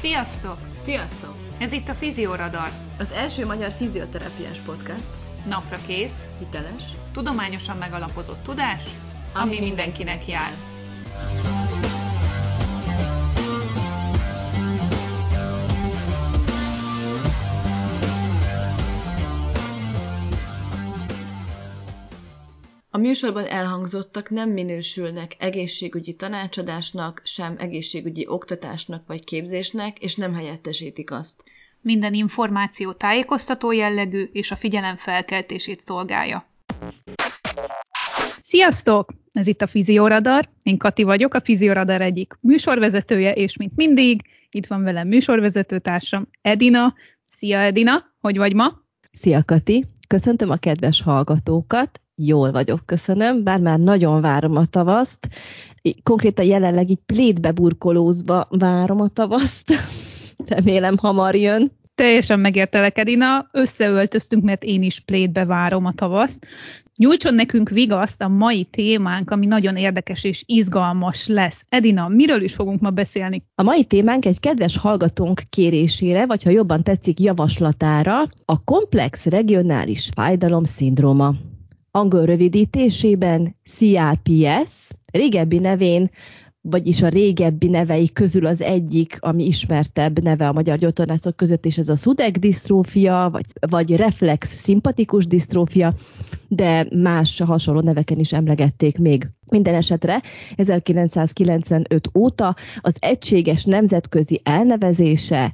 Sziasztok! Sziasztok! Ez itt a Fizioradar. Az első magyar fizioterápiás podcast. Napra kész, hiteles, tudományosan megalapozott tudás, ami mindenkinek jár. A műsorban elhangzottak nem minősülnek egészségügyi tanácsadásnak, sem egészségügyi oktatásnak vagy képzésnek, és nem helyettesítik azt. Minden információ tájékoztató jellegű, és a figyelem felkeltését szolgálja. Sziasztok! Ez itt a Fizioradar. Én Kati vagyok, a Fizioradar egyik műsorvezetője, és mint mindig, itt van velem műsorvezetőtársam Edina. Szia Edina, hogy vagy ma? Szia Kati, köszöntöm a kedves hallgatókat. Jól vagyok, köszönöm, bár már nagyon várom a tavaszt. Konkrétan jelenleg így plétbe burkolózva várom a tavaszt. Remélem hamar jön. Teljesen megértelek, Edina. Összeöltöztünk, mert én is plétbe várom a tavaszt. Nyújtson nekünk vigaszt a mai témánk, ami nagyon érdekes és izgalmas lesz. Edina, miről is fogunk ma beszélni? A mai témánk egy kedves hallgatónk kérésére, vagy ha jobban tetszik, javaslatára, a komplex regionális fájdalom szindróma. Angol rövidítésében CRPS, régebbi nevén, vagyis a régebbi nevei közül az egyik, ami ismertebb neve a magyar gyógytornászok között, és ez a Sudeck-disztrófia, vagy reflex-szimpatikus disztrófia, de más hasonló neveken is emlegették még. Minden esetre 1995 óta az egységes nemzetközi elnevezése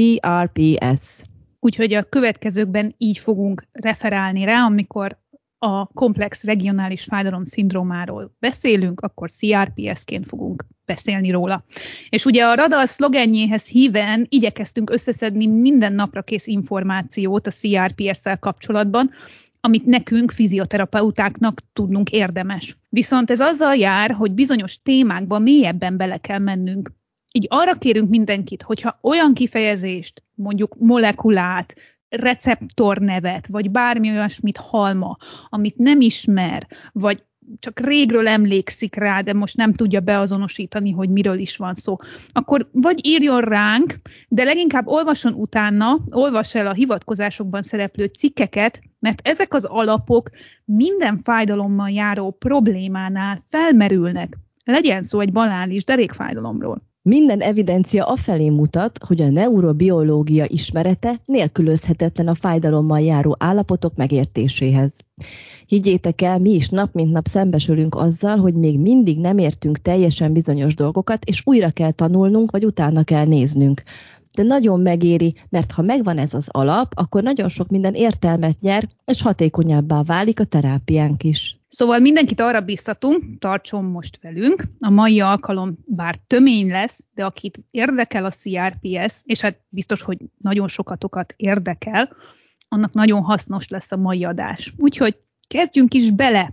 CRPS. Úgyhogy a következőkben így fogunk referálni rá, amikor a komplex regionális fájdalom szindrómáról beszélünk, akkor CRPS-ként fogunk beszélni róla. És ugye a radar szlogenjéhez híven igyekeztünk összeszedni minden napra kész információt a CRPS-szel kapcsolatban, amit nekünk, fizioterapeutáknak tudnunk érdemes. Viszont ez azzal jár, hogy bizonyos témákba mélyebben bele kell mennünk. Így arra kérünk mindenkit, hogyha olyan kifejezést, mondjuk molekulát, receptornevet, vagy bármi olyasmit hallma, amit nem ismer, vagy csak régről emlékszik rá, de most nem tudja beazonosítani, hogy miről is van szó, akkor vagy írjon ránk, de leginkább olvasson utána, olvass el a hivatkozásokban szereplő cikkeket, mert ezek az alapok minden fájdalommal járó problémánál felmerülnek. Legyen szó egy banális derékfájdalomról. Minden evidencia afelé mutat, hogy a neurobiológia ismerete nélkülözhetetlen a fájdalommal járó állapotok megértéséhez. Higgyétek el, mi is nap mint nap szembesülünk azzal, hogy még mindig nem értünk teljesen bizonyos dolgokat, és újra kell tanulnunk, vagy utána kell néznünk. De nagyon megéri, mert ha megvan ez az alap, akkor nagyon sok minden értelmet nyer, és hatékonyabbá válik a terápiánk is. Szóval mindenkit arra biztatunk, tartson most velünk. A mai alkalom bár tömény lesz, de akit érdekel a CRPS, és hát biztos, hogy nagyon sokatokat érdekel, annak nagyon hasznos lesz a mai adás. Úgyhogy kezdjünk is bele!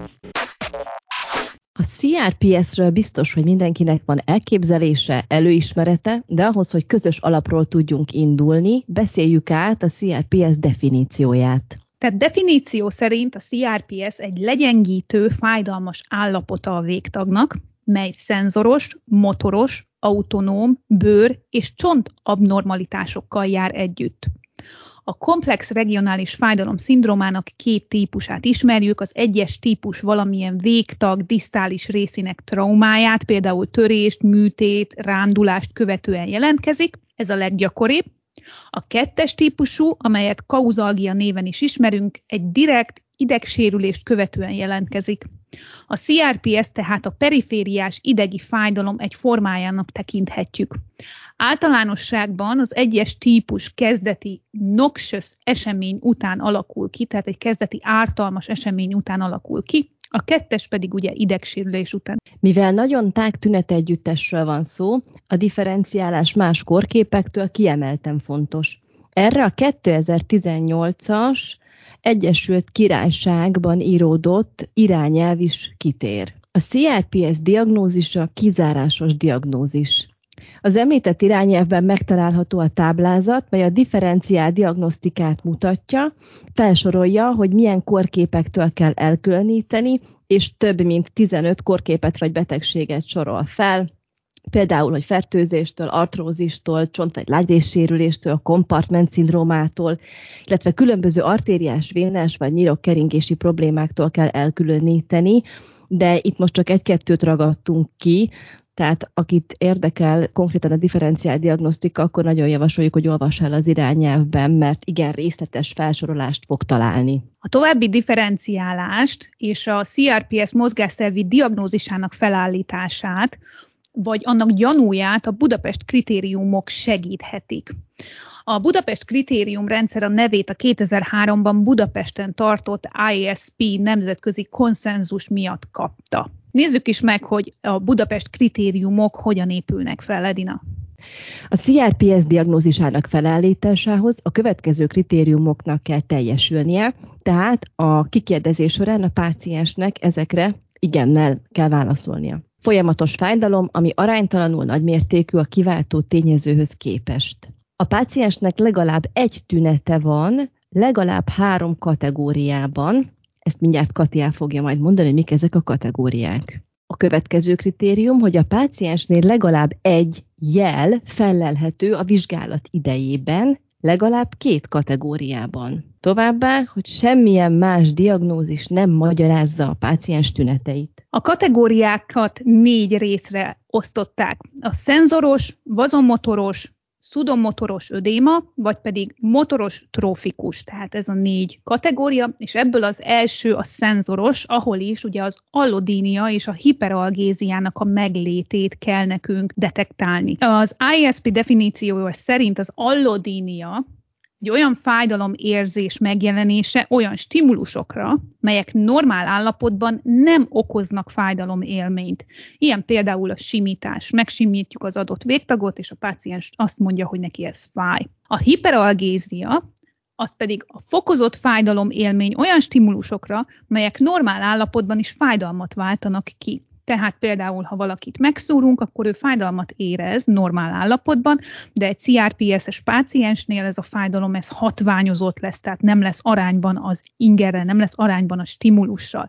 A CRPS-ről biztos, hogy mindenkinek van elképzelése, előismerete, de ahhoz, hogy közös alapról tudjunk indulni, beszéljük át a CRPS definícióját. Tehát definíció szerint a CRPS egy legyengítő, fájdalmas állapota a végtagnak, mely szenzoros, motoros, autonóm, bőr- és csont abnormalitásokkal jár együtt. A komplex regionális fájdalom szindrómának két típusát ismerjük, az egyes típus valamilyen végtag, disztális részének traumáját, például törést, műtét, rándulást követően jelentkezik, ez a leggyakoribb. A kettes típusú, amelyet kauzalgia néven is ismerünk, egy direkt idegsérülést követően jelentkezik. A CRPS tehát a perifériás idegi fájdalom egy formájának tekinthetjük. Általánosságban az egyes típus kezdeti noxious esemény után alakul ki, tehát egy kezdeti ártalmas esemény után alakul ki, a kettes pedig ugye idegsérülés után. Mivel nagyon tág tünetegyüttesről van szó, a differenciálás más kórképektől kiemelten fontos. Erre a 2018-as Egyesült Királyságban íródott irányelv is kitér. A CRPS diagnózisa kizárásos diagnózis. Az említett irányelvben megtalálható a táblázat, mely a differenciál diagnosztikát mutatja, felsorolja, hogy milyen kórképektől kell elkülöníteni, és több mint 15 kórképet vagy betegséget sorol fel, például, hogy fertőzéstől, artrózistól, csont- vagy lágyrészsérüléstől, kompartment-szindrómától, illetve különböző artériás, vénás vagy nyirokkeringési problémáktól kell elkülöníteni, de itt most csak egy-kettőt ragadtunk ki, tehát akit érdekel konkrétan a differenciált diagnosztika, akkor nagyon javasoljuk, hogy olvass el az irányelvben, mert igen részletes felsorolást fog találni. A további differenciálást és a CRPS mozgásszervi diagnózisának felállítását, vagy annak gyanúját a Budapest kritériumok segíthetik. A Budapest kritériumrendszer a nevét a 2003-ban Budapesten tartott ISP nemzetközi konszenzus miatt kapta. Nézzük is meg, hogy a Budapest kritériumok hogyan épülnek fel, Edina. A CRPS diagnózisának felállításához a következő kritériumoknak kell teljesülnie, tehát a kikérdezés során a páciensnek ezekre igennel kell válaszolnia. Folyamatos fájdalom, ami aránytalanul nagymértékű a kiváltó tényezőhöz képest. A páciensnek legalább egy tünete van, legalább 3 kategóriában. Ezt mindjárt Kati el fogja majd mondani, hogy mik ezek a kategóriák. A következő kritérium, hogy a páciensnél legalább egy jel fellelhető a vizsgálat idejében, legalább 2 kategóriában. Továbbá, hogy semmilyen más diagnózis nem magyarázza a páciens tüneteit. A kategóriákat 4 részre osztották. A szenzoros, vazonmotoros, szudomotoros ödéma, vagy pedig motoros trófikus, tehát ez a 4 kategória, és ebből az első a szenzoros, ahol is ugye az allodínia és a hiperalgéziának a meglétét kell nekünk detektálni. Az ISP definíciója szerint az allodínia egy olyan fájdalomérzés megjelenése olyan stimulusokra, melyek normál állapotban nem okoznak fájdalomélményt. Ilyen például a simítás. Megsimítjuk az adott végtagot, és a páciens azt mondja, hogy neki ez fáj. A hiperalgézia, az pedig a fokozott fájdalomélmény olyan stimulusokra, melyek normál állapotban is fájdalmat váltanak ki. Tehát például, ha valakit megszúrunk, akkor ő fájdalmat érez normál állapotban, de egy CRPS-es páciensnél ez a fájdalom ez hatványozott lesz, tehát nem lesz arányban az ingerrel, nem lesz arányban a stimulussal.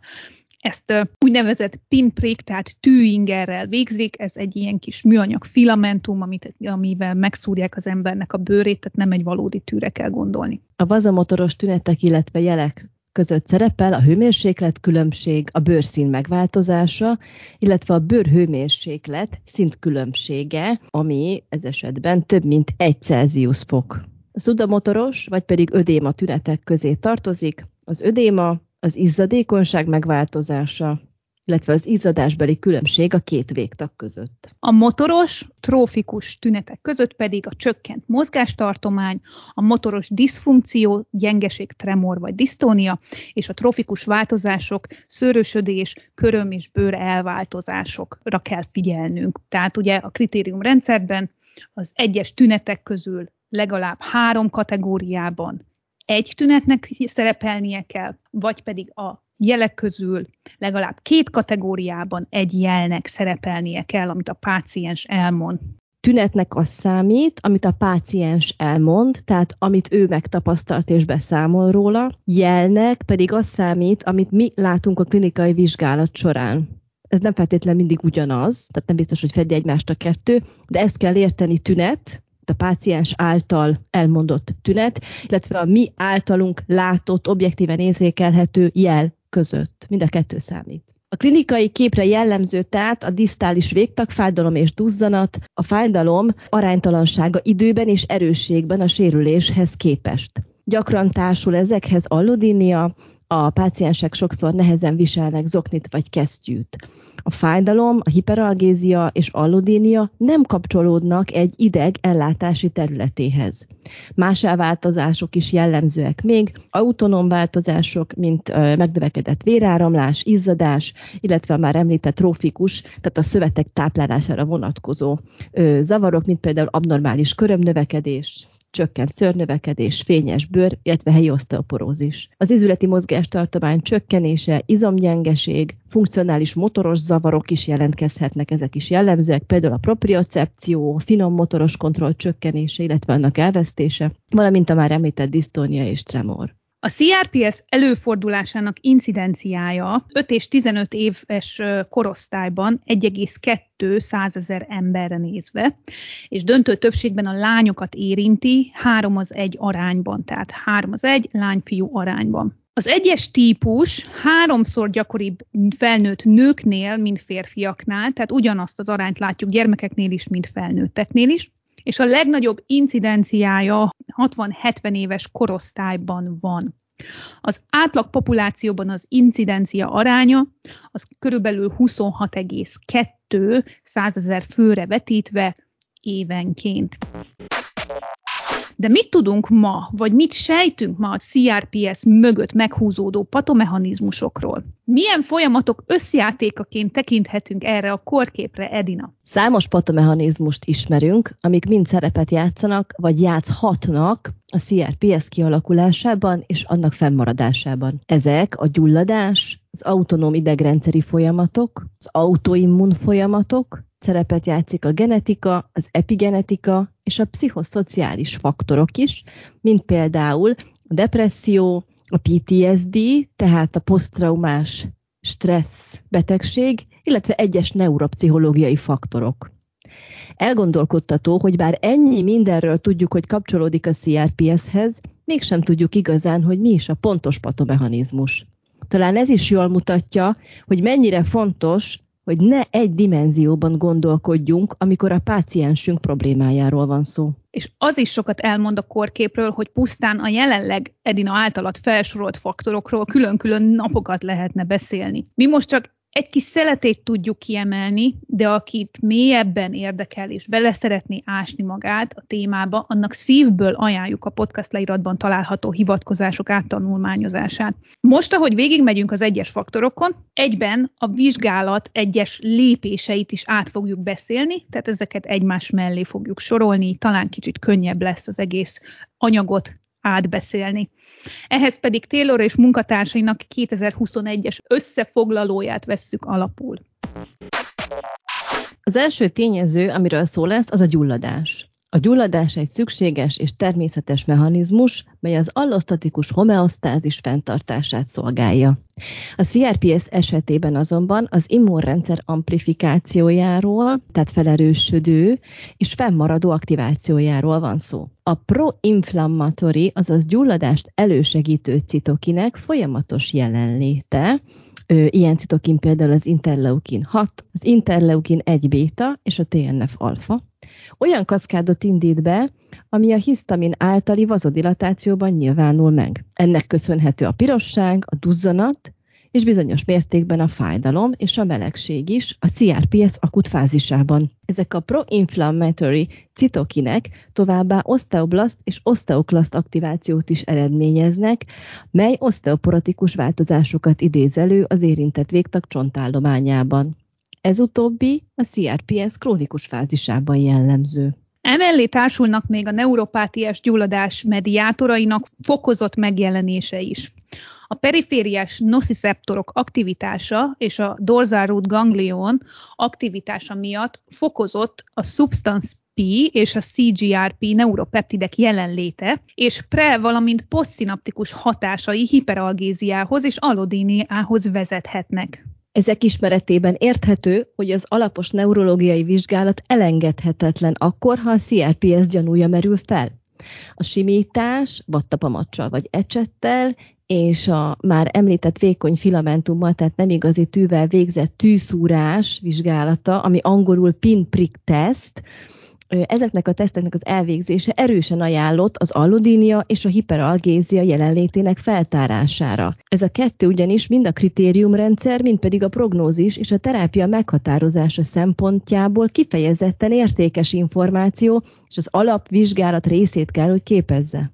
Ezt úgynevezett pinprick, tehát tűingerrel végzik, ez egy ilyen kis műanyag filamentum, amivel megszúrják az embernek a bőrét, tehát nem egy valódi tűre kell gondolni. A vazomotoros tünetek, illetve jelek között szerepel a hőmérséklet különbség, a bőrszín megváltozása, illetve a bőrhőmérséklet szintkülönbsége, ami ez esetben több mint 1 Celsius fok. A szudomotoros, vagy pedig ödéma tünetek közé tartozik. Az ödéma az izzadékonyság megváltozása, illetve az izzadásbeli különbség a 2 végtag között. A motoros, trófikus tünetek között pedig a csökkent mozgástartomány, a motoros diszfunkció, gyengeség, tremor vagy disztónia, és a trófikus változások, szőrösödés, köröm és bőr elváltozásokra kell figyelnünk. Tehát ugye a kritériumrendszerben az egyes tünetek közül legalább 3 kategóriában egy tünetnek szerepelnie kell, vagy pedig a jelek közül legalább 2 kategóriában egy jelnek szerepelnie kell, amit a páciens elmond. Tünetnek az számít, amit a páciens elmond, tehát amit ő megtapasztalt és beszámol róla, jelnek pedig az számít, amit mi látunk a klinikai vizsgálat során. Ez nem feltétlenül mindig ugyanaz, tehát nem biztos, hogy fedi egymást a 2, de ezt kell érteni tünet, a páciens által elmondott tünet, illetve a mi általunk látott, objektíven érzékelhető jel között. Mind a 2 számít. A klinikai képre jellemző tehát a disztális végtagfájdalom és duzzanat, a fájdalom aránytalansága időben és erősségben a sérüléshez képest. Gyakran társul ezekhez allodínia, a páciensek sokszor nehezen viselnek zoknit vagy kesztyűt. A fájdalom, a hiperalgézia és allodínia nem kapcsolódnak egy ideg ellátási területéhez. Más elváltozások is jellemzőek még, autonóm változások, mint megnövekedett véráramlás, izzadás, illetve a már említett trófikus, tehát a szövetek táplálására vonatkozó zavarok, mint például abnormális körömnövekedés, csökkent szőrnövekedés, fényes bőr, illetve helyi oszteoporózis. Az izületi mozgástartomány csökkenése, izomgyengeség, funkcionális motoros zavarok is jelentkezhetnek, ezek is jellemzőek, például a propriocepció, finom motoros kontroll csökkenése, illetve annak elvesztése, valamint a már említett disztónia és tremor. A CRPS előfordulásának incidenciája 5 és 15 éves korosztályban 1,2 emberre nézve, és döntő többségben a lányokat érinti 3:1 arányban, tehát 3:1 lány-fiú arányban. Az egyes típus 3-szor gyakoribb felnőtt nőknél, mint férfiaknál, tehát ugyanazt az arányt látjuk gyermekeknél is, mint felnőtteknél is, és a legnagyobb incidenciája 60-70 éves korosztályban van. Az átlag populációban az incidencia aránya az körülbelül 26,2 100 000 főre vetítve évenként. De mit tudunk ma, vagy mit sejtünk ma a CRPS mögött meghúzódó patomechanizmusokról? Milyen folyamatok összjátékaként tekinthetünk erre a korképre, Edina? Számos patomechanizmust ismerünk, amik mind szerepet játszanak, vagy játszhatnak a CRPS kialakulásában és annak fennmaradásában. Ezek a gyulladás, az autonóm idegrendszeri folyamatok, az autoimmun folyamatok, szerepet játszik a genetika, az epigenetika és a pszichoszociális faktorok is, mint például a depresszió, a PTSD, tehát a poszttraumás stressz betegség, illetve egyes neuropszichológiai faktorok. Elgondolkodtató, hogy bár ennyi mindenről tudjuk, hogy kapcsolódik a CRPS-hez, mégsem tudjuk igazán, hogy mi is a pontos patomechanizmus. Talán ez is jól mutatja, hogy mennyire fontos, hogy ne egy dimenzióban gondolkodjunk, amikor a páciensünk problémájáról van szó. És az is sokat elmond a korképről, hogy pusztán a jelenleg Edina általad felsorolt faktorokról külön-külön napokat lehetne beszélni. Mi most csak egy kis szeletét tudjuk kiemelni, de akit mélyebben érdekel és bele szeretné ásni magát a témába, annak szívből ajánljuk a podcast leíratban található hivatkozások áttanulmányozását. Most, ahogy végigmegyünk az egyes faktorokon, egyben a vizsgálat egyes lépéseit is át fogjuk beszélni, tehát ezeket egymás mellé fogjuk sorolni, talán kicsit könnyebb lesz az egész anyagot átbeszélni. Ehhez pedig Taylor és munkatársainak 2021-es összefoglalóját vesszük alapul. Az első tényező, amiről szó lesz, az a gyulladás. A gyulladás egy szükséges és természetes mechanizmus, mely az allosztatikus homeosztázis fenntartását szolgálja. A CRPS esetében azonban az immunrendszer amplifikációjáról, tehát felerősödő és fennmaradó aktivációjáról van szó. A proinflammatory, azaz gyulladást elősegítő citokinek folyamatos jelenléte, ilyen citokin például az interleukin 6, az interleukin 1 béta és a TNF-alfa, olyan kaszkádot indít be, ami a hisztamin általi vazodilatációban nyilvánul meg. Ennek köszönhető a pirosság, a duzzanat, és bizonyos mértékben a fájdalom és a melegség is a CRPS akut fázisában. Ezek a proinflammatory citokinek továbbá oszteoblaszt és oszteoklaszt aktivációt is eredményeznek, mely oszteoporotikus változásokat idéz elő az érintett végtag csontállományában. Ez utóbbi a CRPS krónikus fázisában jellemző. Emellé társulnak még a neuropátiás gyulladás mediátorainak fokozott megjelenése is. A perifériás nociceptorok aktivitása és a dorsal root ganglion aktivitása miatt fokozott a substance P és a CGRP neuropeptidek jelenléte, és valamint posztszinaptikus hatásai hiperalgéziához és allodíniához vezethetnek. Ezek ismeretében érthető, hogy az alapos neurológiai vizsgálat elengedhetetlen akkor, ha a CRPS gyanúja merül fel. A simítás, vattapamacsal vagy ecsettel, és a már említett vékony filamentummal, tehát nem igazi tűvel végzett tűszúrás vizsgálata, ami angolul pinprick teszt, ezeknek a teszteknek az elvégzése erősen ajánlott az allodínia és a hiperalgézia jelenlétének feltárására. Ez a kettő ugyanis mind a kritériumrendszer, mind pedig a prognózis és a terápia meghatározása szempontjából kifejezetten értékes információ, és az alapvizsgálat részét kell, hogy képezze.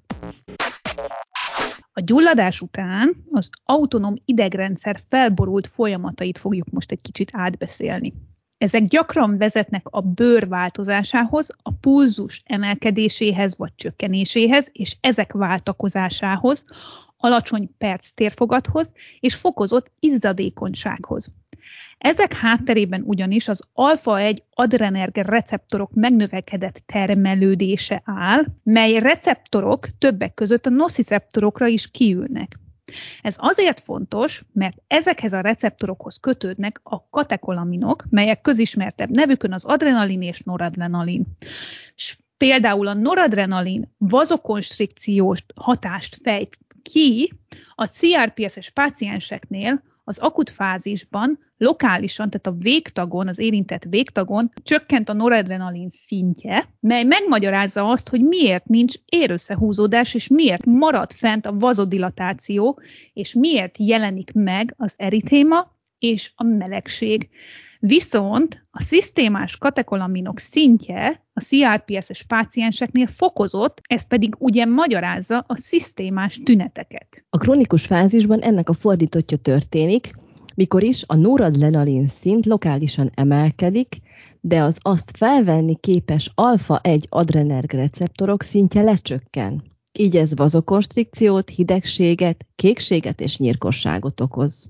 A gyulladás után az autonóm idegrendszer felborult folyamatait fogjuk most egy kicsit átbeszélni. Ezek gyakran vezetnek a bőr változásához, a pulzus emelkedéséhez vagy csökkenéséhez, és ezek váltakozásához, alacsony perc térfogathoz és fokozott izzadékonysághoz. Ezek hátterében ugyanis az alfa-1 adrenerg receptorok megnövekedett termelődése áll, mely receptorok többek között a nociceptorokra is kiülnek. Ez azért fontos, mert ezekhez a receptorokhoz kötődnek a katekolaminok, melyek közismertebb nevükön az adrenalin és noradrenalin. Például a noradrenalin vazokonstrikciós hatást fejt ki a CRPS-es pácienseknél az akut fázisban lokálisan, tehát a végtagon, az érintett végtagon csökkent a noradrenalin szintje, mely megmagyarázza azt, hogy miért nincs érösszehúzódás, és miért marad fent a vazodilatáció, és miért jelenik meg az eritéma és a melegség. Viszont a szisztémás katekolaminok szintje a CRPS-es pácienseknél fokozott, ez pedig ugye magyarázza a szisztémás tüneteket. A krónikus fázisban ennek a fordítottja történik, mikor is a noradrenalin szint lokálisan emelkedik, de az azt felvenni képes alfa-1 adrenerg receptorok szintje lecsökken. Így ez vazokonstrikciót, hidegséget, kékséget és nyírkosságot okoz.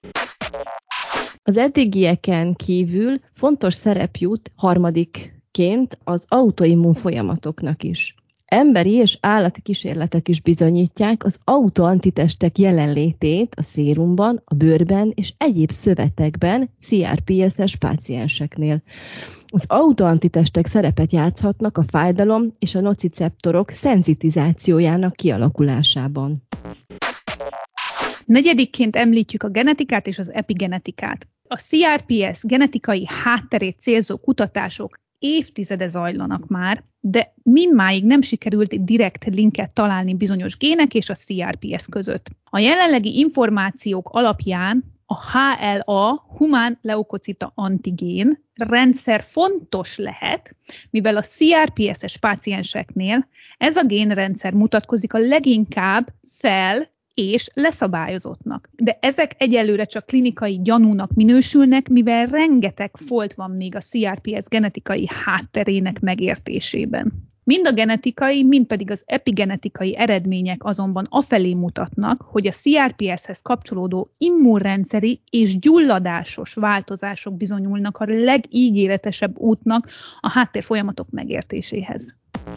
Az eddigieken kívül fontos szerep jut harmadikként az autoimmun folyamatoknak is. Emberi és állati kísérletek is bizonyítják az autoantitestek jelenlétét a szérumban, a bőrben és egyéb szövetekben CRPS-es pácienseknél. Az autoantitestek szerepet játszhatnak a fájdalom és a nociceptorok szenzitizációjának kialakulásában. Negyedikként említjük a genetikát és az epigenetikát. A CRPS genetikai hátterét célzó kutatások évtizede zajlanak már, de mindmáig nem sikerült direkt linket találni bizonyos gének és a CRPS között. A jelenlegi információk alapján a HLA, humán leukocita antigén rendszer fontos lehet, mivel a CRPS-es pácienseknél ez a génrendszer mutatkozik a leginkább fel- és leszabályozottnak. De ezek egyelőre csak klinikai gyanúnak minősülnek, mivel rengeteg folt van még a CRPS genetikai hátterének megértésében. Mind a genetikai, mind pedig az epigenetikai eredmények azonban afelé mutatnak, hogy a CRPS-hez kapcsolódó immunrendszeri és gyulladásos változások bizonyulnak a legígéretesebb útnak a háttérfolyamatok megértéséhez.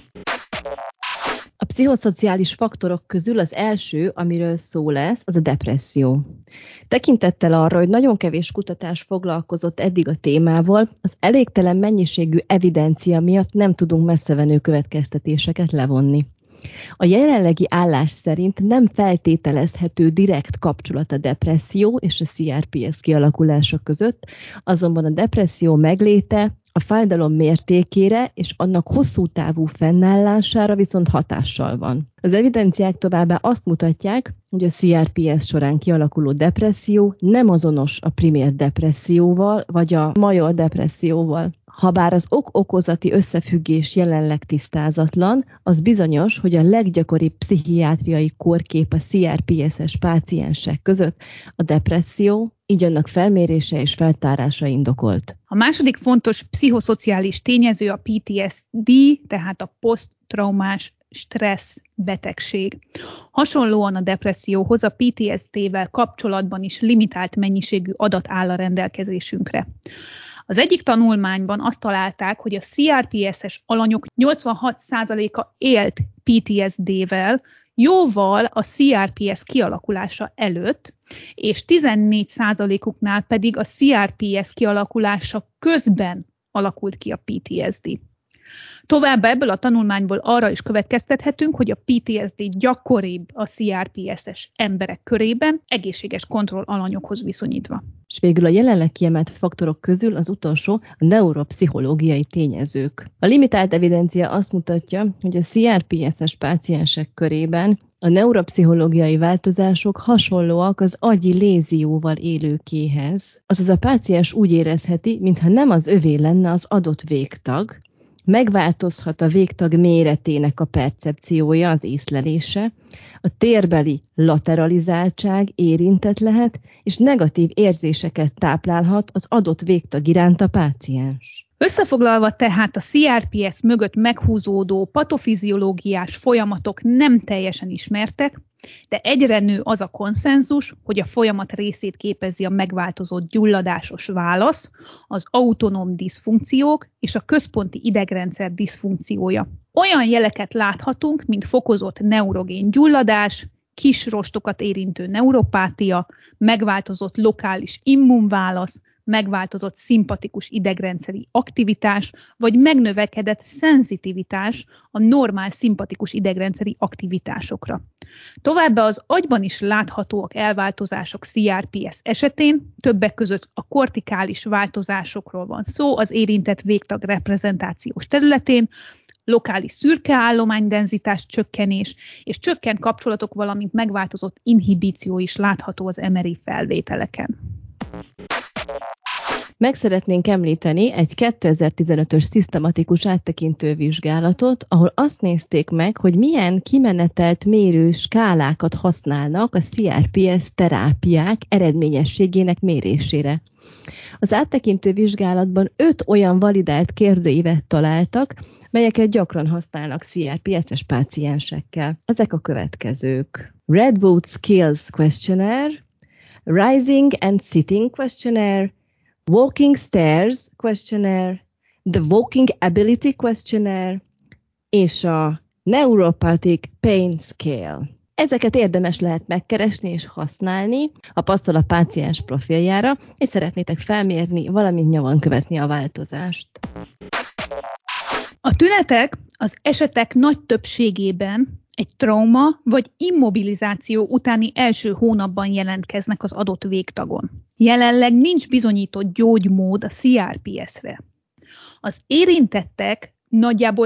A pszichoszociális faktorok közül az első, amiről szó lesz, az a depresszió. Tekintettel arra, hogy nagyon kevés kutatás foglalkozott eddig a témával, az elégtelen mennyiségű evidencia miatt nem tudunk messzevenő következtetéseket levonni. A jelenlegi állás szerint nem feltételezhető direkt kapcsolat a depresszió és a CRPS kialakulása között, azonban a depresszió megléte a fájdalom mértékére és annak hosszú távú fennállására viszont hatással van. Az evidenciák továbbá azt mutatják, hogy a CRPS során kialakuló depresszió nem azonos a primér depresszióval vagy a major depresszióval. Habár az ok-okozati összefüggés jelenleg tisztázatlan, az bizonyos, hogy a leggyakoribb pszichiátriai kórkép a CRPS-es páciensek között a depresszió, így annak felmérése és feltárása indokolt. A második fontos pszichoszociális tényező a PTSD, tehát a poszttraumás stressz betegség. Hasonlóan a depresszióhoz a PTSD-vel kapcsolatban is limitált mennyiségű adat áll a rendelkezésünkre. Az egyik tanulmányban azt találták, hogy a CRPS-es alanyok 86%-a élt PTSD-vel, jóval a CRPS kialakulása előtt, és 14%-uknál pedig a CRPS kialakulása közben alakult ki a PTSD. Továbbá ebből a tanulmányból arra is következtethetünk, hogy a PTSD gyakoribb a CRPS-es emberek körében, egészséges kontrollalanyokhoz viszonyítva. És végül a jelenleg kiemelt faktorok közül az utolsó a neuropszichológiai tényezők. A limitált evidencia azt mutatja, hogy a CRPS-es páciensek körében a neuropszichológiai változások hasonlóak az agyi lézióval élőkéhez. Azaz a páciens úgy érezheti, mintha nem az övé lenne az adott végtag, megváltozhat a végtag méretének a percepciója, az észlelése, a térbeli lateralizáltság érintett lehet, és negatív érzéseket táplálhat az adott végtag iránt a páciens. Összefoglalva tehát a CRPS mögött meghúzódó patofiziológiás folyamatok nem teljesen ismertek, De egyre nő az a konszenzus, hogy a folyamat részét képezi a megváltozott gyulladásos válasz, az autonóm diszfunkciók és a központi idegrendszer diszfunkciója. Olyan jeleket láthatunk, mint fokozott neurogén gyulladás, kis rostokat érintő neuropátia, megváltozott lokális immunválasz, megváltozott szimpatikus idegrendszeri aktivitás, vagy megnövekedett szenzitivitás a normál szimpatikus idegrendszeri aktivitásokra. Továbbá az agyban is láthatóak elváltozások CRPS esetén, többek között a kortikális változásokról van szó az érintett végtag reprezentációs területén, lokális szürke állománydenzitás csökkenés, és csökkent kapcsolatok, valamint megváltozott inhibíció is látható az MRI felvételeken. Meg szeretnénk említeni egy 2015-ös szisztematikus áttekintő vizsgálatot, ahol azt nézték meg, hogy milyen kimenetelt mérő skálákat használnak a CRPS terápiák eredményességének mérésére. Az áttekintő vizsgálatban 5 olyan validált kérdőívet találtak, melyeket gyakran használnak CRPS-es páciensekkel. Ezek a következők: Redwood Skills Questionnaire, Rising and Sitting Questionnaire, Walking Stairs Questionnaire, the Walking Ability Questionnaire és a Neuropathic Pain Scale. Ezeket érdemes lehet megkeresni és használni, ha passzol a páciens profiljára, és szeretnétek felmérni, valamint nyomon követni a változást. A tünetek az esetek nagy többségében egy trauma vagy immobilizáció utáni első hónapban jelentkeznek az adott végtagon. Jelenleg nincs bizonyított gyógymód a CRPS-re. Az érintettek nagyjából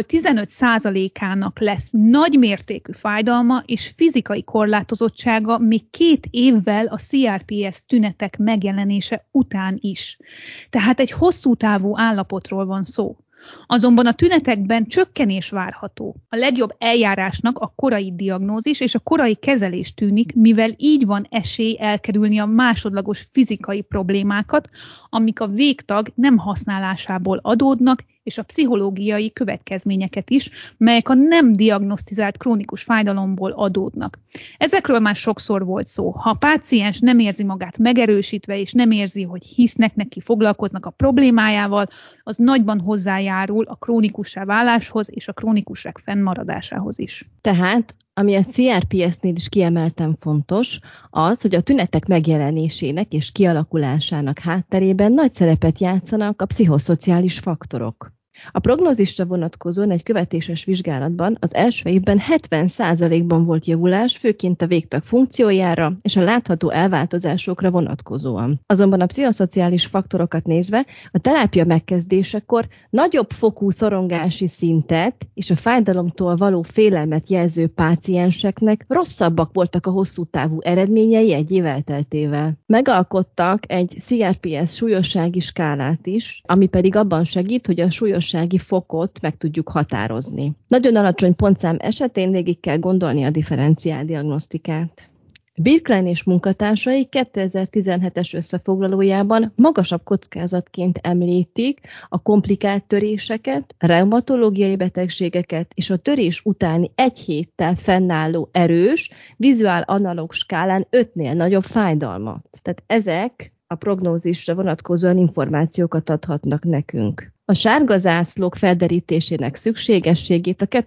15%-ának lesz nagymértékű fájdalma és fizikai korlátozottsága még 2 évvel a CRPS tünetek megjelenése után is. Tehát egy hosszú távú állapotról van szó. Azonban a tünetekben csökkenés várható. A legjobb eljárásnak a korai diagnózis és a korai kezelés tűnik, mivel így van esély elkerülni a másodlagos fizikai problémákat, amik a végtag nem használásából adódnak, és a pszichológiai következményeket is, melyek a nem diagnosztizált krónikus fájdalomból adódnak. Ezekről már sokszor volt szó. Ha a páciens nem érzi magát megerősítve, és nem érzi, hogy hisznek neki, foglalkoznak a problémájával, az nagyban hozzájárul a krónikussá váláshoz és a krónikusság fennmaradásához is. Tehát, ami a CRPS-nél is kiemelten fontos, az, hogy a tünetek megjelenésének és kialakulásának hátterében nagy szerepet játszanak a pszichoszociális faktorok. A prognózisra vonatkozóan egy követéses vizsgálatban az első évben 70%-ban volt javulás, főként a végtag funkciójára és a látható elváltozásokra vonatkozóan. Azonban a pszichoszociális faktorokat nézve a terápia megkezdésekor nagyobb fokú szorongási szintet és a fájdalomtól való félelmet jelző pácienseknek rosszabbak voltak a hosszú távú eredményei egy év elteltével. Megalkottak egy CRPS súlyossági skálát is, ami pedig abban segít, hogy a súlyossági fokot meg tudjuk határozni. Nagyon alacsony pontszám esetén végig kell gondolni a differenciáldiagnosztikát. Birklein és munkatársai 2017-es összefoglalójában magasabb kockázatként említik a komplikált töréseket, reumatológiai betegségeket és a törés utáni 1 héttel fennálló erős, vizuál analóg skálán 5-nél nagyobb fájdalmat. Tehát ezek a prognózisra vonatkozóan információkat adhatnak nekünk. A sárga zászlók felderítésének szükségességét a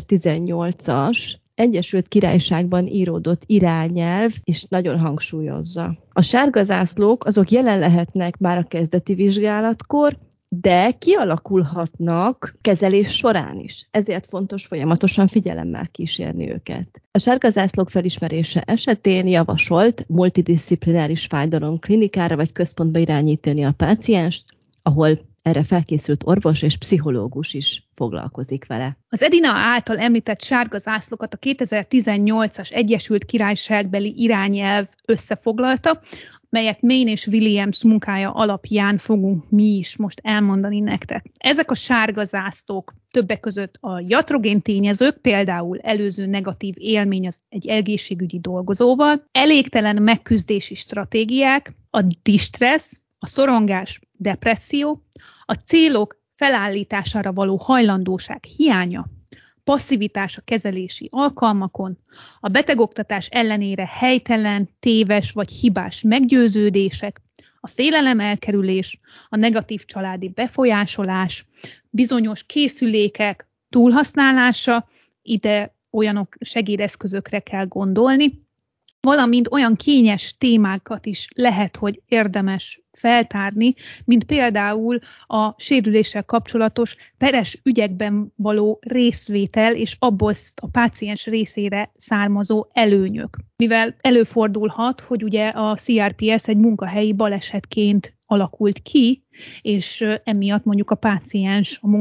2018-as Egyesült Királyságban íródott irányelv is nagyon hangsúlyozza. A sárga zászlók azok jelen lehetnek már a kezdeti vizsgálatkor, de kialakulhatnak kezelés során is. Ezért fontos folyamatosan figyelemmel kísérni őket. A sárga zászlók felismerése esetén javasolt multidisziplináris fájdalom klinikára vagy központba irányítani a pácienst, ahol erre felkészült orvos és pszichológus is foglalkozik vele. Az Edina által említett sárga zászlókat a 2018-as Egyesült Királyságbeli irányelv összefoglalta, melyet Maine és Williams munkája alapján fogunk mi is most elmondani nektek. Ezek a sárga zászlók többek között a iatrogén tényezők, például előző negatív élmény az egy egészségügyi dolgozóval, elégtelen megküzdési stratégiák, a distressz, a szorongás, depresszió, a célok felállítására való hajlandóság hiánya, passzivitás a kezelési alkalmakon, a betegoktatás ellenére helytelen, téves vagy hibás meggyőződések, a félelem elkerülés, a negatív családi befolyásolás, bizonyos készülékek túlhasználása, ide olyanok segédeszközökre kell gondolni, valamint olyan kényes témákat is lehet, hogy érdemes feltárni, mint például a sérüléssel kapcsolatos peres ügyekben való részvétel és abból a páciens részére származó előnyök. Mivel előfordulhat, hogy ugye a CRPS egy munkahelyi balesetként alakult ki, és emiatt mondjuk a páciens a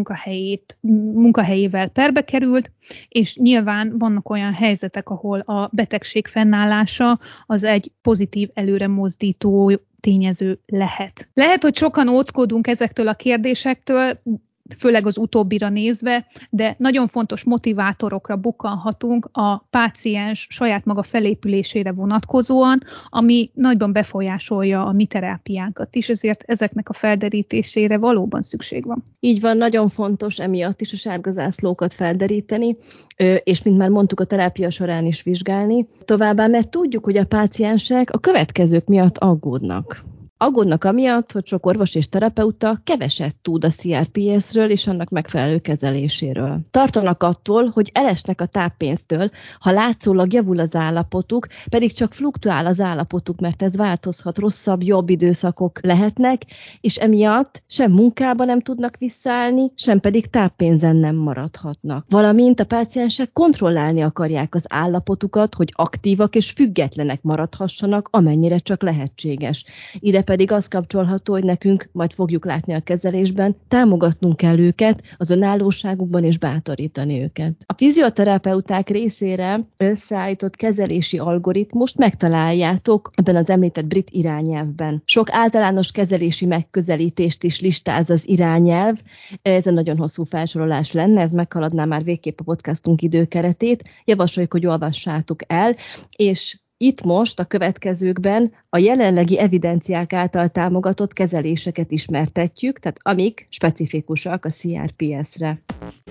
munkahelyével perbe került, és nyilván vannak olyan helyzetek, ahol a betegség fennállása az egy pozitív előre mozdító tényező lehet. Lehet, hogy sokan óckodunk ezektől a kérdésektől, főleg az utóbbira nézve, de nagyon fontos motivátorokra bukkanhatunk a páciens saját maga felépülésére vonatkozóan, ami nagyban befolyásolja a mi terápiánkat is, ezért ezeknek a felderítésére valóban szükség van. Így van, nagyon fontos emiatt is a sárga zászlókat felderíteni, és mint már mondtuk, a terápia során is vizsgálni. Továbbá, mert tudjuk, hogy a páciensek a következők miatt aggódnak. Aggódnak amiatt, hogy sok orvos és terapeuta keveset tud a CRPS-ről és annak megfelelő kezeléséről. Tartanak attól, hogy elesnek a táppénztől, ha látszólag javul az állapotuk, pedig csak fluktuál az állapotuk, mert ez változhat, rosszabb, jobb időszakok lehetnek, és emiatt sem munkába nem tudnak visszaállni, sem pedig táppénzen nem maradhatnak. Valamint a páciensek kontrollálni akarják az állapotukat, hogy aktívak és függetlenek maradhassanak, amennyire csak lehetséges. Ide pedig az kapcsolható, hogy nekünk, majd fogjuk látni a kezelésben, támogatnunk kell őket az önállóságukban és bátorítani őket. A fizioterapeuták részére összeállított kezelési algoritmust megtaláljátok ebben az említett brit irányelvben. Sok általános kezelési megközelítést is listáz az irányelv. Ez egy nagyon hosszú felsorolás lenne, ez meghaladná már végképp a podcastunk időkeretét. Javasoljuk, hogy olvassátok el, és itt most a következőkben a jelenlegi evidenciák által támogatott kezeléseket ismertetjük, tehát amik specifikusak a CRPS-re.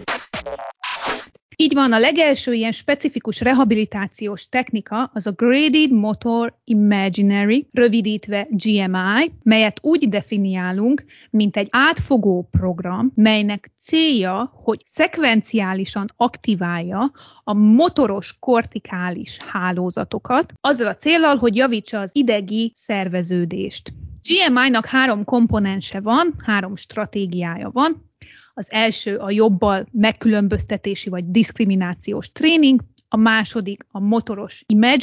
Így van, a legelső ilyen specifikus rehabilitációs technika az a Graded Motor Imaginary, rövidítve GMI, melyet úgy definiálunk, mint egy átfogó program, melynek célja, hogy szekvenciálisan aktiválja a motoros kortikális hálózatokat, azzal a céllal, hogy javítsa az idegi szerveződést. GMI-nak 3 komponense van, 3 stratégiája van. Az első a jobbal megkülönböztetési vagy diszkriminációs tréning, a második a motoros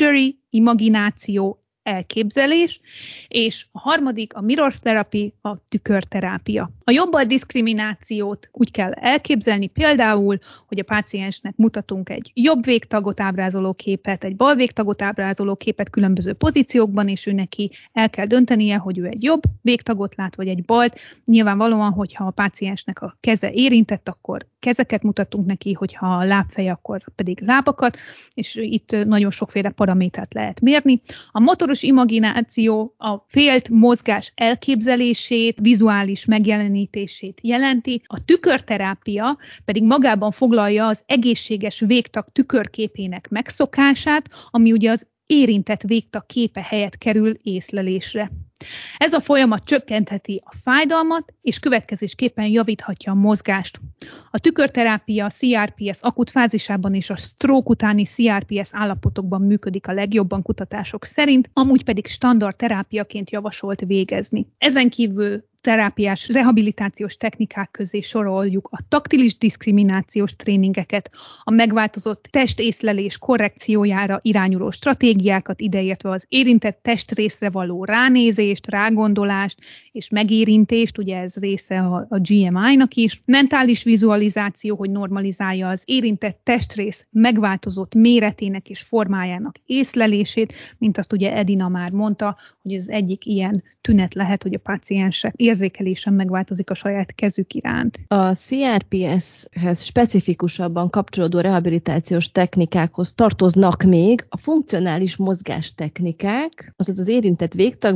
imagináció, elképzelés, és a harmadik a mirror therapy, a tükörterápia. A jobbal diszkriminációt úgy kell elképzelni például, hogy a páciensnek mutatunk egy jobb végtagot ábrázoló képet, egy bal végtagot ábrázoló képet különböző pozíciókban, és ő neki el kell döntenie, hogy ő egy jobb végtagot lát, vagy egy balt. Nyilvánvalóan, hogyha a páciensnek a keze érintett, akkor kezeket mutatunk neki, hogyha a lábfeje, akkor pedig lábakat, és itt nagyon sokféle paramétert lehet mérni. A motoros imagináció a félt mozgás elképzelését, vizuális megjelenítését jelenti, a tükörterápia pedig magában foglalja az egészséges végtag tükörképének megszokását, ami ugye az érintett végtag képe helyett kerül észlelésre. Ez a folyamat csökkentheti a fájdalmat, és következésképpen javíthatja a mozgást. A tükörterápia a CRPS akut fázisában és a stroke utáni CRPS állapotokban működik a legjobban kutatások szerint, amúgy pedig standard terápiaként javasolt végezni. Ezen kívül terápiás, rehabilitációs technikák közé soroljuk a taktilis diszkriminációs tréningeket, a megváltozott testészlelés korrekciójára irányuló stratégiákat, ideértve az érintett testrészre való ránézést, rágondolást és megérintést, ugye ez része a GMI-nak is, mentális vizualizáció, hogy normalizálja az érintett testrész megváltozott méretének és formájának észlelését, mint azt ugye Edina már mondta, hogy ez egyik ilyen tünet lehet, hogy a páciensek érzékelésen megváltozik a saját kezük iránt. A CRPS-hez specifikusabban kapcsolódó rehabilitációs technikákhoz tartoznak még a funkcionális mozgástechnikák, azaz az érintett végtag motoros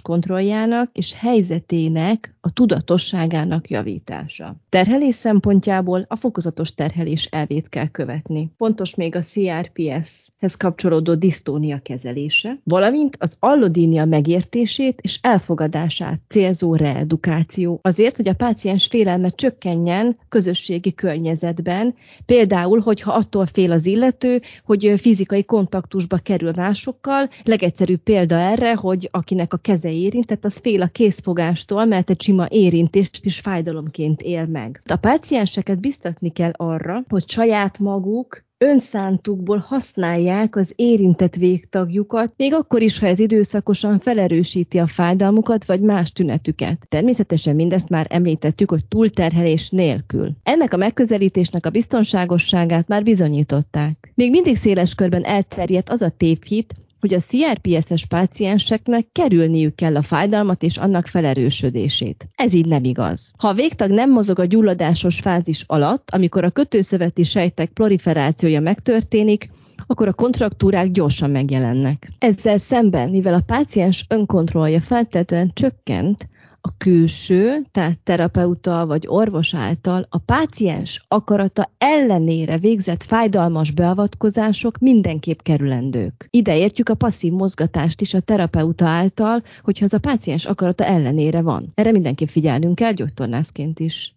kontrolljának és helyzetének a tudatosságának javítása. Terhelés szempontjából a fokozatos terhelés elvét kell követni. Fontos még a CRPS-hez kapcsolódó disztónia kezelése, valamint az allodínia megértését és elfogadását célzó reedukáció. Azért, hogy a páciens félelme csökkenjen közösségi környezetben, például, hogyha attól fél az illető, hogy fizikai kontaktusba kerül másokkal. Legegyszerűbb példa erre, hogy akinek a keze érintett, az fél a kézfogástól, mert egy sima érintést is fájdalomként él meg. A pácienseket biztatni kell arra, hogy saját maguk önszántukból használják az érintett végtagjukat, még akkor is, ha ez időszakosan felerősíti a fájdalmukat vagy más tünetüket. Természetesen mindezt már említettük, hogy túlterhelés nélkül. Ennek a megközelítésnek a biztonságosságát már bizonyították. Még mindig széles körben elterjedt az a tévhit, hogy a CRPS-es pácienseknek kerülniük kell a fájdalmat és annak felerősödését. Ez így nem igaz. Ha a végtag nem mozog a gyulladásos fázis alatt, amikor a kötőszöveti sejtek proliferációja megtörténik, akkor a kontraktúrák gyorsan megjelennek. Ezzel szemben, mivel a páciens önkontrollja feltétlenül csökkent, a külső, tehát terapeuta vagy orvos által a páciens akarata ellenére végzett fájdalmas beavatkozások mindenképp kerülendők. Ide értjük a passzív mozgatást is a terapeuta által, hogyha az a páciens akarata ellenére van. Erre mindenképp figyelnünk kell gyógytornászként is.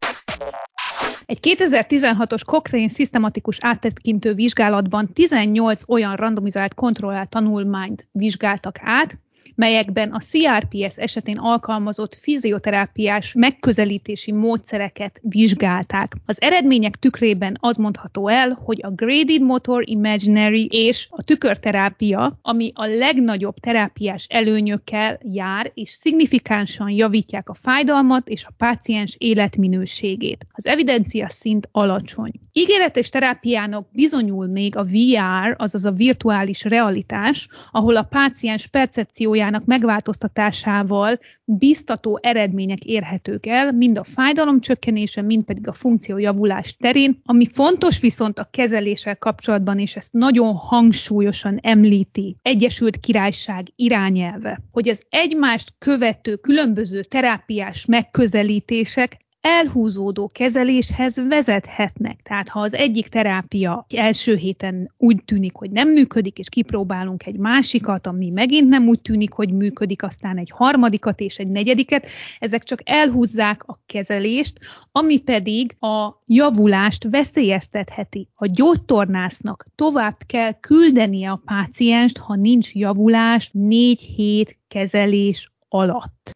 Egy 2016-os Cochrane szisztematikus áttekintő vizsgálatban 18 olyan randomizált kontrollált tanulmányt vizsgáltak át, melyekben a CRPS esetén alkalmazott fizioterápiás megközelítési módszereket vizsgálták. Az eredmények tükrében az mondható el, hogy a Graded Motor Imaginary és a tükörterápia, ami a legnagyobb terápiás előnyökkel jár, és szignifikánsan javítják a fájdalmat és a páciens életminőségét. Az evidencia szint alacsony. Ígéretes terápiának bizonyul még a VR, azaz a virtuális realitás, ahol a páciens percepciójának megváltoztatásával biztató eredmények érhetők el, mind a fájdalom csökkenése, mind pedig a funkciójavulás terén. Ami fontos viszont a kezeléssel kapcsolatban, és ezt nagyon hangsúlyosan említi Egyesült Királyság irányelve, hogy az egymást követő különböző terápiás megközelítések elhúzódó kezeléshez vezethetnek. Tehát ha az egyik terápia első héten úgy tűnik, hogy nem működik, és kipróbálunk egy másikat, ami megint nem úgy tűnik, hogy működik, aztán egy harmadikat és egy negyediket, ezek csak elhúzzák a kezelést, ami pedig a javulást veszélyeztetheti. A gyógytornásznak tovább kell küldenie a pácienst, ha nincs javulás 4 hét kezelés alatt.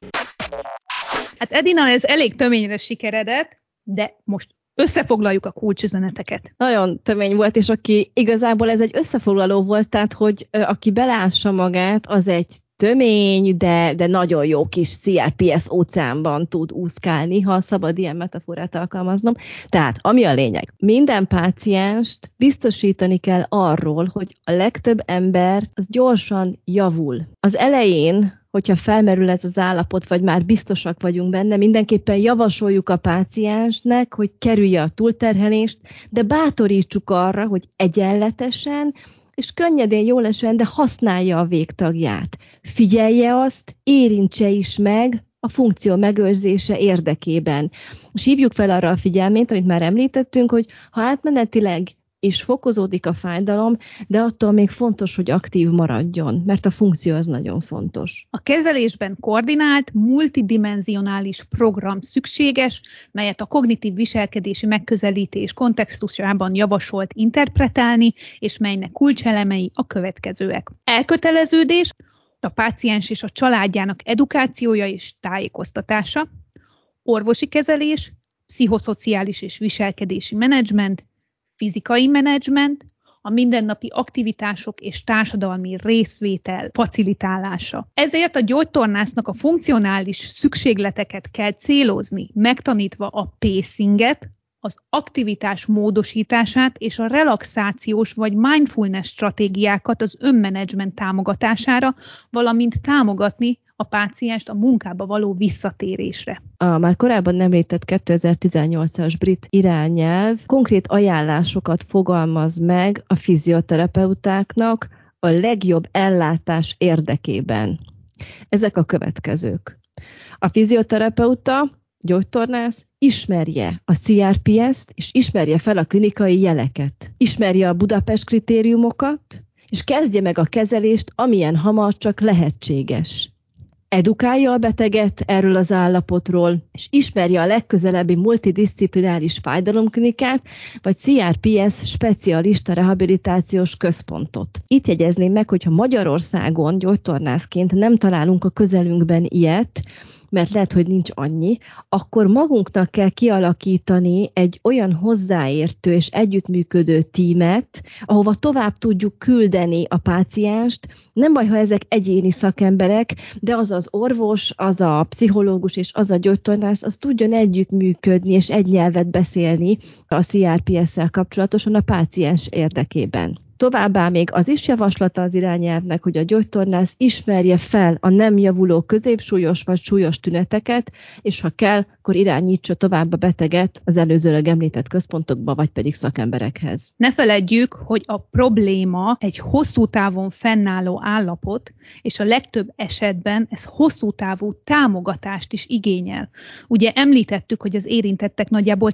Hát Edina, ez elég töményre sikeredett, de most összefoglaljuk a kulcsüzeneteket. Nagyon tömény volt, és aki igazából ez egy összefoglaló volt, tehát hogy aki belássa magát, az egy tömény, de nagyon jó kis CRPS óceánban tud úszkálni, ha szabad ilyen metaforát alkalmaznom. Tehát, ami a lényeg, minden pácienst biztosítani kell arról, hogy a legtöbb ember az gyorsan javul. Az elején, hogyha felmerül ez az állapot, vagy már biztosak vagyunk benne, mindenképpen javasoljuk a páciensnek, hogy kerülje a túlterhelést, de bátorítsuk arra, hogy egyenletesen és könnyedén, jól esően, de használja a végtagját. Figyelje azt, érintse is meg a funkció megőrzése érdekében. És hívjuk fel arra a figyelmét, amit már említettünk, hogy ha átmenetileg és fokozódik a fájdalom, de attól még fontos, hogy aktív maradjon, mert a funkció az nagyon fontos. A kezelésben koordinált, multidimenzionális program szükséges, melyet a kognitív viselkedési megközelítés kontextusában javasolt interpretálni, és melynek kulcselemei a következőek. Elköteleződés, a páciens és a családjának edukációja és tájékoztatása, orvosi kezelés, pszichoszociális és viselkedési menedzsment, fizikai menedzsment, a mindennapi aktivitások és társadalmi részvétel facilitálása. Ezért a gyógytornásznak a funkcionális szükségleteket kell célozni, megtanítva a pacinget, az aktivitás módosítását és a relaxációs vagy mindfulness stratégiákat az önmenedzsment támogatására, valamint támogatni a pácienst a munkába való visszatérésre. A már korábban említett 2018-as brit irányelv konkrét ajánlásokat fogalmaz meg a fizioterapeutáknak a legjobb ellátás érdekében. Ezek a következők. A fizioterapeuta, gyógytornász ismerje a CRPS-t, és ismerje fel a klinikai jeleket. Ismerje a Budapest kritériumokat, és kezdje meg a kezelést, amilyen hamar csak lehetséges. Edukálja a beteget erről az állapotról, és ismerje a legközelebbi multidisciplináris fájdalomklinikát, vagy CRPS specialista rehabilitációs központot. Itt jegyezném meg, hogyha Magyarországon gyógytornászként nem találunk a közelünkben ilyet, mert lehet, hogy nincs annyi, akkor magunknak kell kialakítani egy olyan hozzáértő és együttműködő tímet, ahova tovább tudjuk küldeni a pácienst. Nem baj, ha ezek egyéni szakemberek, de az az orvos, az a pszichológus és az a gyógytornász, az tudjon együttműködni és egy nyelvet beszélni a CRPS-szel kapcsolatosan a páciens érdekében. Továbbá még az is javaslata az irányelvnek, hogy a gyógytornász ismerje fel a nem javuló középsúlyos vagy súlyos tüneteket, és ha kell, akkor irányítsa tovább a beteget az előzőleg említett központokba, vagy pedig szakemberekhez. Ne feledjük, hogy a probléma egy hosszú távon fennálló állapot, és a legtöbb esetben ez hosszú távú támogatást is igényel. Ugye említettük, hogy az érintettek nagyjából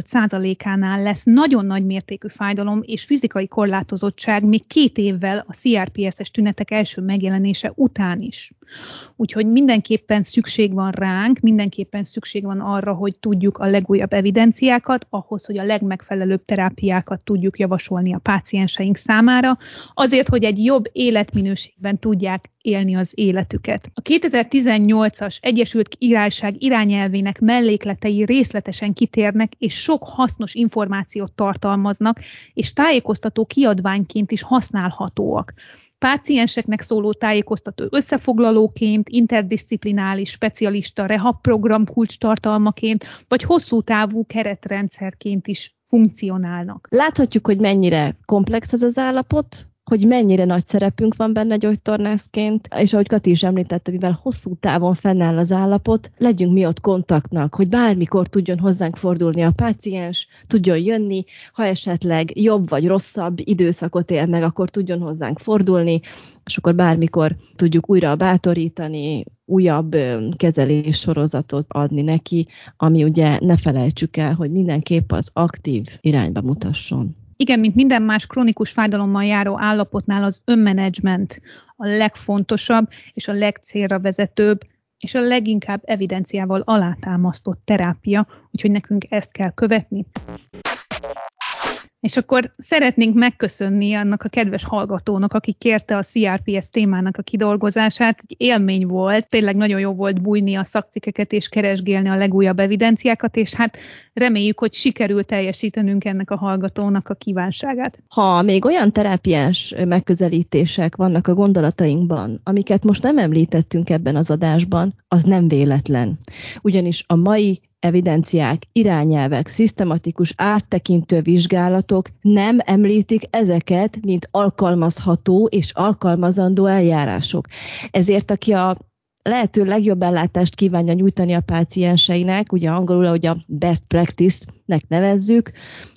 15%-ánál lesz nagyon nagy mértékű fájdalom és fizikai korlátozottság még 2 évvel a CRPS-es tünetek első megjelenése után is. Úgyhogy mindenképpen szükség van ránk, mindenképpen szükség van arra, hogy tudjuk a legújabb evidenciákat, ahhoz, hogy a legmegfelelőbb terápiákat tudjuk javasolni a pácienseink számára, azért, hogy egy jobb életminőségben tudják élni az életüket. A 2018-as Egyesült Királyság irányelvének mellékletei részletesen kitérnek, és sok hasznos információt tartalmaznak, és tájékoztató kiadványként is használhatóak. Pácienseknek szóló tájékoztató összefoglalóként, interdisziplinális specialista rehab program kulcstartalmaként, vagy hosszú távú keretrendszerként is funkcionálnak. Láthatjuk, hogy mennyire komplex ez az állapot, hogy mennyire nagy szerepünk van benne gyógytornászként, és ahogy Kati is említette, mivel hosszú távon fennáll az állapot, legyünk mi ott kontaktnak, hogy bármikor tudjon hozzánk fordulni a páciens, tudjon jönni, ha esetleg jobb vagy rosszabb időszakot él meg, akkor tudjon hozzánk fordulni, és akkor bármikor tudjuk újra bátorítani, újabb kezelés sorozatot adni neki, ami ugye ne felejtsük el, hogy mindenképp az aktív irányba mutasson. Igen, mint minden más krónikus fájdalommal járó állapotnál az önmenedzsment a legfontosabb és a legcélra vezetőbb, és a leginkább evidenciával alátámasztott terápia, úgyhogy nekünk ezt kell követni. És akkor szeretnénk megköszönni annak a kedves hallgatónak, aki kérte a CRPS témának a kidolgozását. Egy élmény volt, tényleg nagyon jó volt bújni a szakcikkeket és keresgélni a legújabb evidenciákat, és hát reméljük, hogy sikerül teljesítenünk ennek a hallgatónak a kívánságát. Ha még olyan terápiás megközelítések vannak a gondolatainkban, amiket most nem említettünk ebben az adásban, az nem véletlen. Ugyanis a mai evidenciák, irányelvek, szisztematikus áttekintő vizsgálatok nem említik ezeket, mint alkalmazható és alkalmazandó eljárások. Ezért aki a lehető legjobb ellátást kívánja nyújtani a pácienseinek, ugye angolul, ahogy a best practice-nek nevezzük,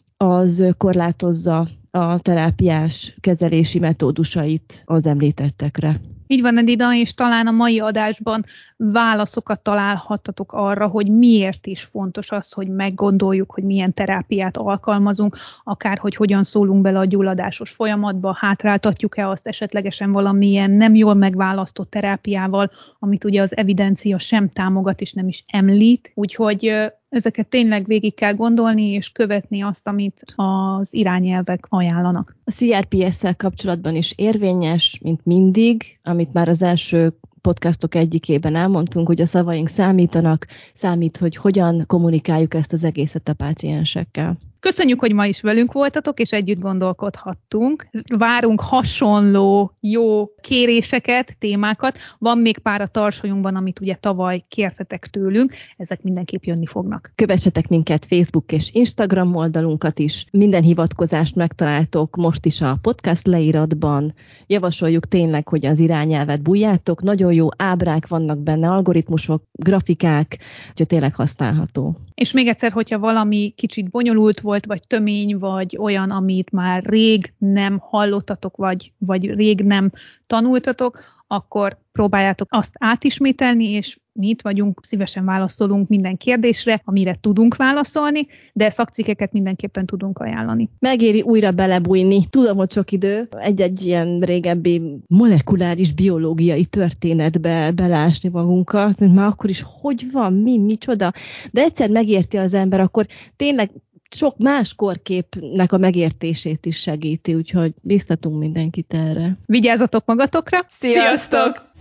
az korlátozza a terápiás kezelési metódusait az említettekre. Így van, Edida, és talán a mai adásban válaszokat találhattatok arra, hogy miért is fontos az, hogy meggondoljuk, hogy milyen terápiát alkalmazunk, akár hogy hogyan szólunk bele a gyulladásos folyamatba, hátráltatjuk-e azt esetlegesen valamilyen nem jól megválasztott terápiával, amit ugye az evidencia sem támogat és nem is említ. Úgyhogy ezeket tényleg végig kell gondolni, és követni azt, amit az irányelvek ajánlanak. A CRPS-szel kapcsolatban is érvényes, mint mindig, amit már az első podcastok egyikében elmondtunk, hogy a szavaink számítanak, számít, hogy hogyan kommunikáljuk ezt az egészet a páciensekkel. Köszönjük, hogy ma is velünk voltatok, és együtt gondolkodhattunk. Várunk hasonló jó kéréseket, témákat. Van még pár a tarsolyunkban, amit ugye tavaly kértetek tőlünk. Ezek mindenképp jönni fognak. Kövessetek minket Facebook és Instagram oldalunkat is. Minden hivatkozást megtaláltok most is a podcast leíratban. Javasoljuk tényleg, hogy az irányelvet bújjátok. Nagyon jó ábrák vannak benne, algoritmusok, grafikák, úgyhogy tényleg használható. És még egyszer, hogyha valami kicsit bonyolult volt, volt, vagy tömény, vagy olyan, amit már rég nem hallottatok, vagy rég nem tanultatok, akkor próbáljátok azt átismételni, és mi itt vagyunk, szívesen válaszolunk minden kérdésre, amire tudunk válaszolni, de szakcikkeket mindenképpen tudunk ajánlani. Megéri újra belebújni. Tudom, hogy sok idő egy ilyen régebbi molekuláris biológiai történetbe belásni magunkat, hogy már akkor is hogy van, micsoda, de egyszer megérti az ember, akkor tényleg sok más korképnek a megértését is segíti, úgyhogy biztatunk mindenkit erre. Vigyázzatok magatokra! Sziasztok!